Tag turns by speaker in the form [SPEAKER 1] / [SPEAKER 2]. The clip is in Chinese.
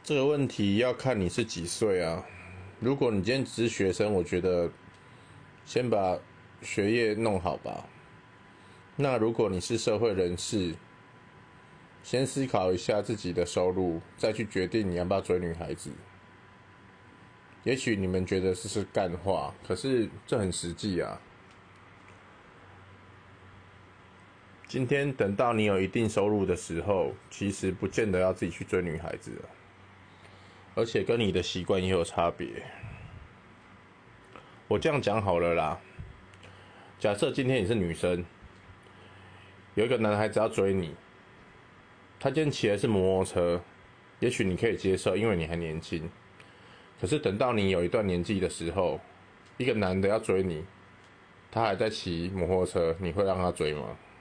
[SPEAKER 1] 这个问题要看你是几岁啊。如果你今天只是学生，我觉得先把学业弄好吧。那如果你是社会人士，先思考一下自己的收入，再去决定你要不要追女孩子。也许你们觉得这是干话，可是这很实际啊。今天等到你有一定收入的时候，其实不见得要自己去追女孩子了，而且跟你的习惯也有差别。我这样讲好了啦，假设今天你是女生，有一个男孩子要追你，他今天骑的是摩托车，也许你可以接受，因为你还年轻。可是等到你有一段年纪的时候，一个男的要追你，他还在骑摩托车，你会让他追吗？